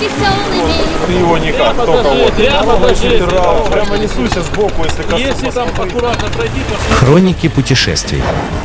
веселыми. Ты его никак, только вот. Прямо несуйся сбоку, если коснуться. Если там аккуратно пройти, то... Хроники путешествий.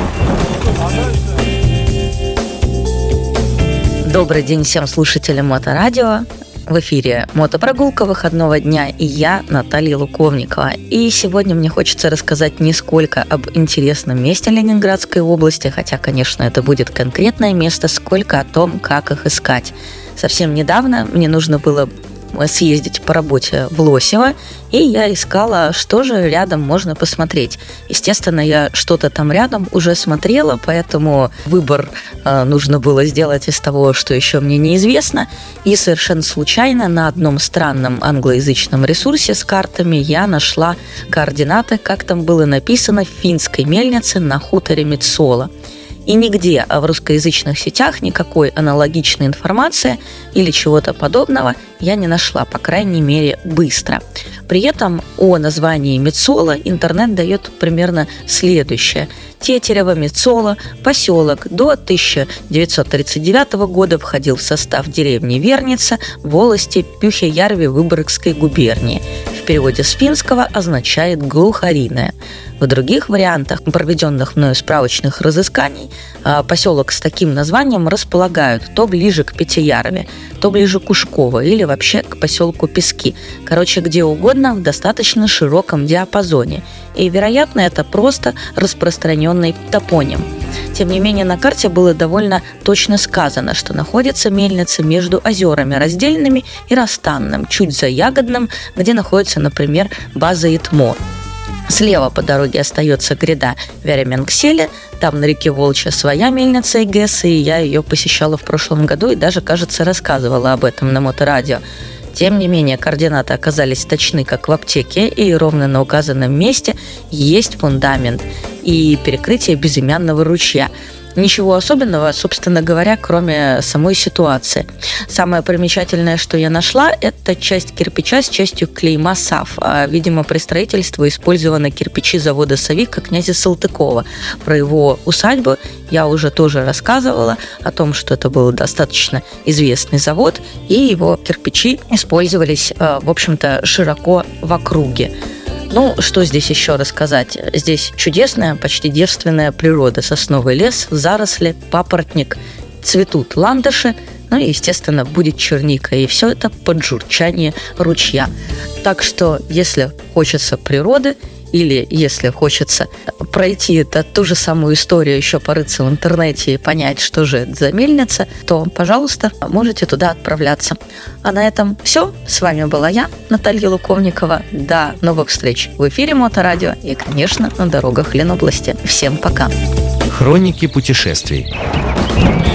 Добрый день всем слушателям Моторадио. В эфире мотопрогулка выходного дня, и я, Наталья Луковникова. И сегодня мне хочется рассказать не сколько об интересном месте Ленинградской области, хотя, конечно, это будет конкретное место, сколько о том, как их искать. Совсем недавно мне нужно было съездить по работе в Лосево, и я искала, что же рядом можно посмотреть. Естественно, я что-то там рядом уже смотрела, поэтому выбор нужно было сделать из того, что еще мне неизвестно. И совершенно случайно на одном странном англоязычном ресурсе с картами я нашла координаты, как там было написано, финской мельницы на хуторе Мецола. И нигде в русскоязычных сетях никакой аналогичной информации или чего-то подобного я не нашла, по крайней мере, быстро. При этом о названии Мецола интернет дает примерно следующее. Тетерево, Мецола, поселок, до 1939 года входил в состав деревни Верница, волости Пюхеярви Выборгской губернии. В переводе с финского означает «глухариная». В других вариантах, проведенных мною справочных разысканий, поселок с таким названием располагают то ближе к Пятиярове, то ближе к Ушково или вообще к поселку Пески. Короче, где угодно в достаточно широком диапазоне. И, вероятно, это просто распространенный топоним. Тем не менее, на карте было довольно точно сказано, что находится мельница между озерами Раздельными и Растанным, чуть за Ягодным, где находится, например, база ИТМО. Слева по дороге остается гряда Вяременгселе, там на реке Волча своя мельница ИГЭС, и я ее посещала в прошлом году и даже, кажется, рассказывала об этом на Моторадио. Тем не менее, координаты оказались точны, как в аптеке, и ровно на указанном месте есть фундамент и перекрытие безымянного ручья. Ничего особенного, собственно говоря, кроме самой ситуации. Самое примечательное, что я нашла, это часть кирпича с частью клейма САФ. Видимо, при строительстве использованы кирпичи завода «Савика» князя Салтыкова. Про его усадьбу я уже тоже рассказывала, о том, что это был достаточно известный завод, и его кирпичи использовались, в общем-то, широко в округе. Ну, что здесь еще рассказать? Здесь чудесная, почти девственная природа. Сосновый лес, заросли, папоротник, цветут ландыши, ну и, естественно, будет черника. И все это под журчание ручья. Так что, если хочется природы, или если хочется пройти ту же самую историю, еще порыться в интернете и понять, что же это за мельница, то, пожалуйста, можете туда отправляться. А на этом все. С вами была я, Наталья Луковникова. До новых встреч в эфире Моторадио и, конечно, на дорогах Ленобласти. Всем пока. Хроники путешествий.